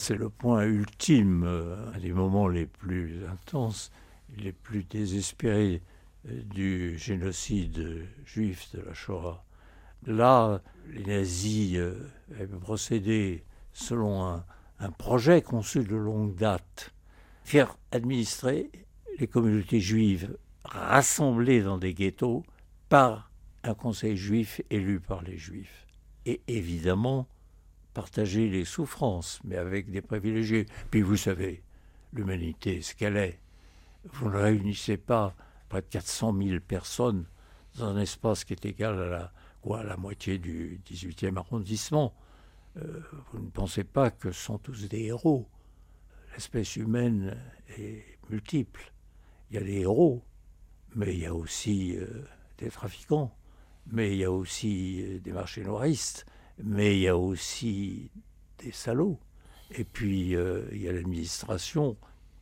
C'est le point ultime, un des moments les plus intenses, les plus désespérés du génocide juif de la Shoah. Là, les nazis avaient procédé selon un projet conçu de longue date, faire administrer les communautés juives rassemblées dans des ghettos par un conseil juif élu par les juifs. Et évidemment, partager les souffrances, mais avec des privilégiés. Puis vous savez, l'humanité, ce qu'elle est. Vous ne réunissez pas près de 400 000 personnes dans un espace qui est égal à la moitié du 18e arrondissement. Vous ne pensez pas que ce sont tous des héros. L'espèce humaine est multiple. Il y a des héros, mais il y a aussi des trafiquants, mais il y a aussi des marchés noiristes, mais il y a aussi des salauds. Et puis, il y a l'administration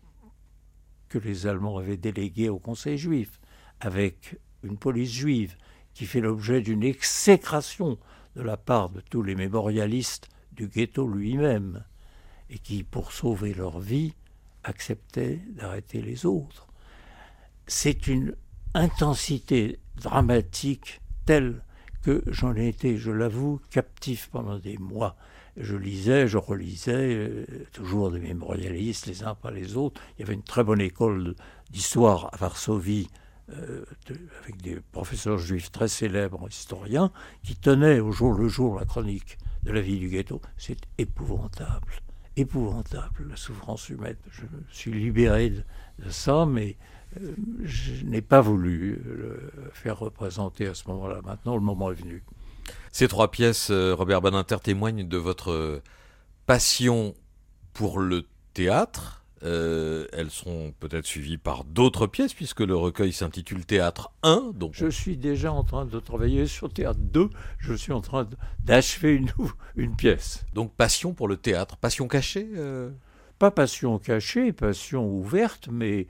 que les Allemands avaient déléguée au Conseil juif, avec une police juive qui fait l'objet d'une exécration de la part de tous les mémorialistes du ghetto lui-même, et qui, pour sauver leur vie, acceptaient d'arrêter les autres. C'est une intensité dramatique telle que j'en ai été, je l'avoue, captif pendant des mois. Je lisais, je relisais, toujours des mémorialistes les uns par les autres. Il y avait une très bonne école d'histoire à Varsovie, avec des professeurs juifs très célèbres, historiens, qui tenaient au jour le jour la chronique de la vie du ghetto. C'est épouvantable, épouvantable, la souffrance humaine. Je me suis libéré de ça, mais je n'ai pas voulu le faire représenter à ce moment-là. Maintenant, le moment est venu. Ces trois pièces, Robert Badinter, témoignent de votre passion pour le théâtre. Elles seront peut-être suivies par d'autres pièces, puisque le recueil s'intitule Théâtre 1. Donc... Je suis déjà en train de travailler sur Théâtre 2. Je suis en train d'achever une pièce. Donc passion pour le théâtre, passion cachée Pas passion cachée, passion ouverte, mais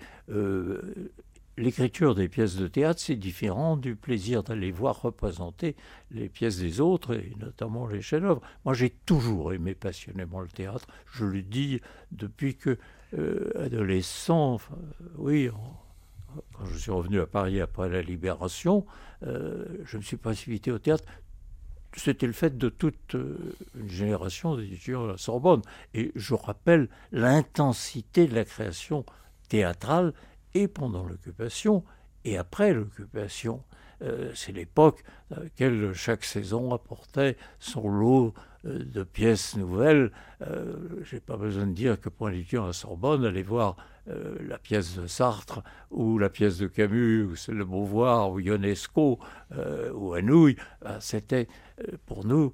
l'écriture des pièces de théâtre, c'est différent du plaisir d'aller voir représenter les pièces des autres, et notamment les chefs-d'œuvre. Moi, j'ai toujours aimé passionnément le théâtre. Je le dis depuis que, adolescent, oui, quand je suis revenu à Paris après la Libération, je me suis précipité au théâtre. C'était le fait de toute une génération d'étudiants à la Sorbonne. Et je rappelle l'intensité de la création théâtrale, et pendant l'occupation, et après l'occupation. C'est l'époque dans laquelle chaque saison apportait son lot de pièces nouvelles. Je n'ai pas besoin de dire que pour un étudiant à la Sorbonne, aller voir la pièce de Sartre, ou la pièce de Camus, ou celle de Beauvoir, ou Ionesco, ou Anouilh, c'était pour nous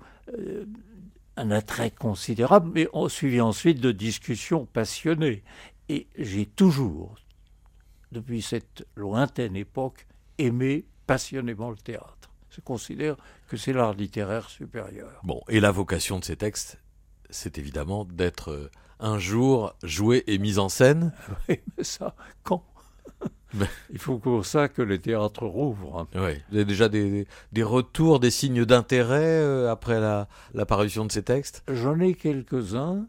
un attrait considérable, mais on suivit ensuite de discussions passionnées. Et j'ai toujours, depuis cette lointaine époque, aimé passionnément le théâtre. Je considère que c'est l'art littéraire supérieur. Bon, et la vocation de ces textes, c'est évidemment d'être un jour joué et mis en scène. Oui, mais ça, quand Il faut pour ça que les théâtres rouvrent. Oui. Vous avez déjà des retours, des signes d'intérêt après la parution de ces textes ? J'en ai quelques-uns.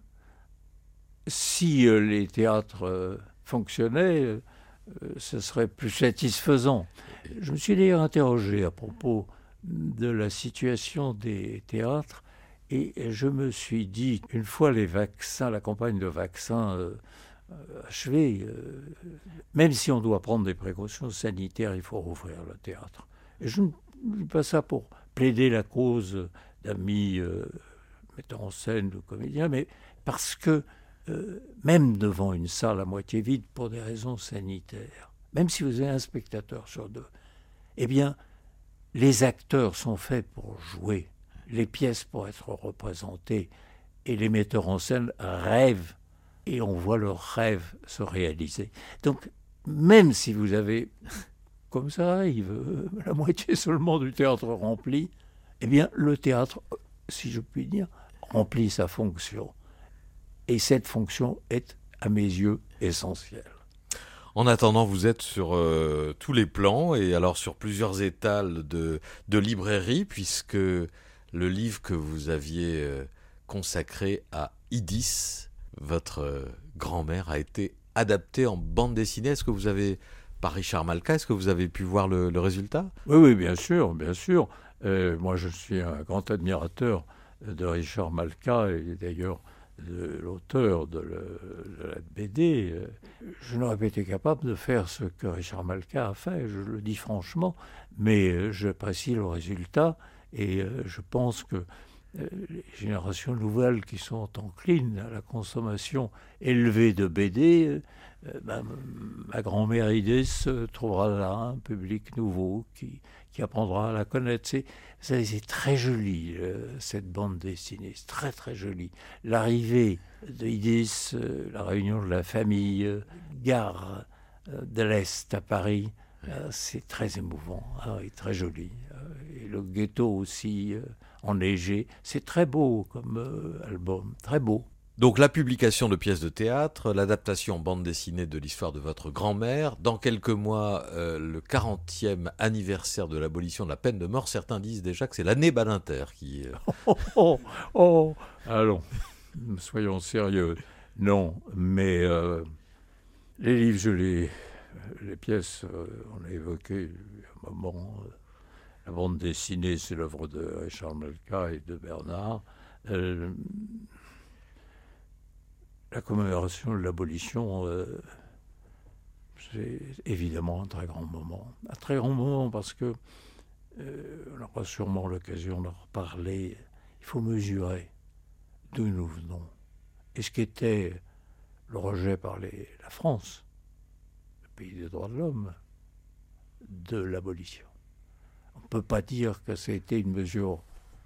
Si les théâtres fonctionnaient, ce serait plus satisfaisant. Je me suis d'ailleurs interrogé à propos de la situation des théâtres, et je me suis dit, une fois la campagne de vaccins achevée, même si on doit prendre des précautions sanitaires, il faut rouvrir le théâtre. Et je ne dis pas ça pour plaider la cause d'amis metteurs en scène ou comédiens, mais parce que même devant une salle à moitié vide pour des raisons sanitaires, même si vous avez un spectateur sur deux, eh bien, les acteurs sont faits pour jouer, les pièces pour être représentées, et les metteurs en scène rêvent, et on voit leurs rêves se réaliser. Donc, même si vous avez, comme ça arrive, la moitié seulement du théâtre rempli, eh bien, le théâtre, si je puis dire, remplit sa fonction. Et cette fonction est, à mes yeux, essentielle. En attendant, vous êtes sur tous les plans, et alors sur plusieurs étals de librairie, puisque le livre que vous aviez consacré à Idis votre grand-mère a été adaptée en bande dessinée. Est-ce que vous avez, par Richard Malka, est-ce que vous avez pu voir le résultat? Oui, oui, bien sûr, bien sûr. Moi, je suis un grand admirateur de Richard Malka et d'ailleurs de l'auteur de la BD. Je n'aurais pas été capable de faire ce que Richard Malka a fait, je le dis franchement, mais j'apprécie le résultat et je pense que les générations nouvelles qui sont enclines à la consommation élevée de BD, ma grand-mère Idès trouvera là un public nouveau qui apprendra à la connaître. C'est très joli, cette bande dessinée, c'est très très joli. L'arrivée d'Idès, la réunion de la famille, gare de l'Est à Paris, c'est très émouvant et très joli. Et le ghetto aussi, enneigé, c'est très beau comme album, très beau. Donc la publication de pièces de théâtre, l'adaptation en bande dessinée de l'histoire de votre grand-mère, dans quelques mois le 40e anniversaire de l'abolition de la peine de mort. Certains disent déjà que c'est l'année Badinter qui... Allons, soyons sérieux. Non, mais les livres, les pièces, on a évoqué un moment, la bande dessinée, c'est l'œuvre de Richard Malka et de Bernard. La commémoration de l'abolition, c'est évidemment un très grand moment. Un très grand moment parce que, on aura sûrement l'occasion d'en reparler, il faut mesurer d'où nous venons. Et ce qu'était le rejet par la France, le pays des droits de l'homme, de l'abolition. On ne peut pas dire que c'était une mesure,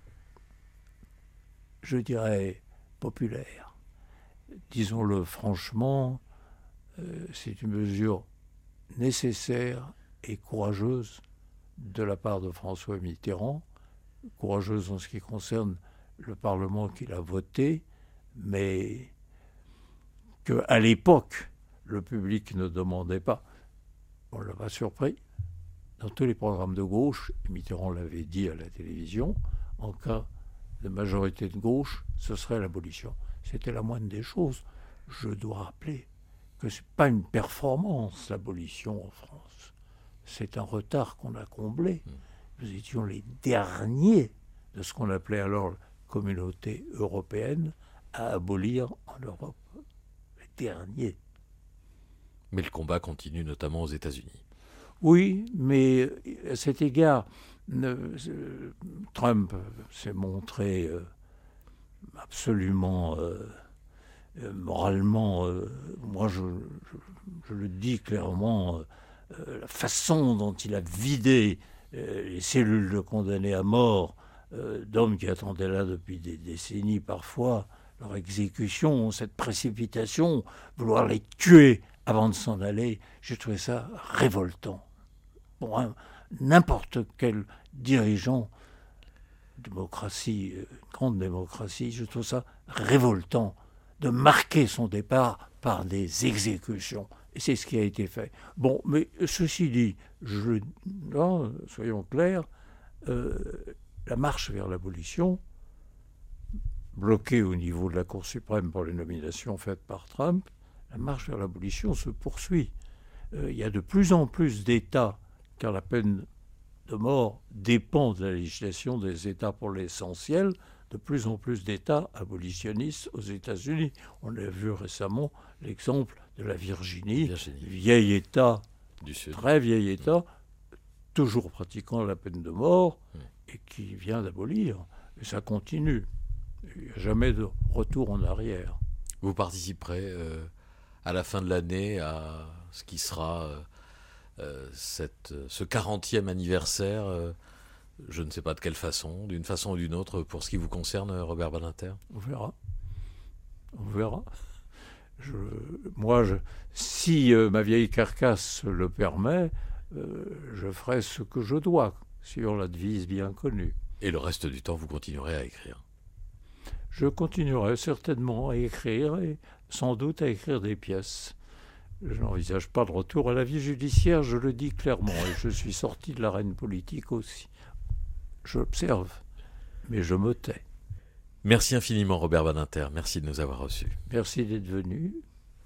je dirais, populaire. Disons-le franchement, c'est une mesure nécessaire et courageuse de la part de François Mitterrand, courageuse en ce qui concerne le Parlement qui l'a voté, mais qu'à l'époque, le public ne demandait pas. On ne l'a pas surpris. Dans tous les programmes de gauche, Mitterrand l'avait dit à la télévision, en cas de majorité de gauche, ce serait l'abolition. C'était la moindre des choses. Je dois rappeler que ce n'est pas une performance, l'abolition en France. C'est un retard qu'on a comblé. Nous étions les derniers de ce qu'on appelait alors communauté européenne à abolir en Europe. Les derniers. Mais le combat continue notamment aux États-Unis. Oui, mais à cet égard, Trump s'est montré absolument moralement, moi je le dis clairement, la façon dont il a vidé les cellules de condamnés à mort, d'hommes qui attendaient là depuis des décennies parfois leur exécution, cette précipitation, vouloir les tuer avant de s'en aller, j'ai trouvé ça révoltant. Pour n'importe quel dirigeant, démocratie, grande démocratie, je trouve ça révoltant de marquer son départ par des exécutions. Et c'est ce qui a été fait. Bon, mais ceci dit, soyons clairs, la marche vers l'abolition, bloquée au niveau de la Cour suprême pour les nominations faites par Trump, la marche vers l'abolition se poursuit. Il y a de plus en plus d'États, car la peine de mort dépend de la législation des États pour l'essentiel, de plus en plus d'États abolitionnistes aux États-Unis. On a vu récemment l'exemple de la Virginie. Vieil État, du Sud. Très vieil État, toujours pratiquant la peine de mort, et qui vient d'abolir. Et ça continue. Il n'y a jamais de retour en arrière. Vous participerez à la fin de l'année à ce qui sera ce 40e anniversaire, je ne sais pas de quelle façon, d'une façon ou d'une autre, pour ce qui vous concerne, Robert Badinter. On verra. On verra. Si ma vieille carcasse le permet, je ferai ce que je dois, sur la devise bien connue. Et le reste du temps, vous continuerez à écrire? Je continuerai certainement à écrire, et sans doute à écrire des pièces. Je n'envisage pas de retour à la vie judiciaire, je le dis clairement, et je suis sorti de l'arène politique aussi. J'observe, mais je me tais. Merci infiniment Robert Badinter, merci de nous avoir reçus. Merci d'être venu.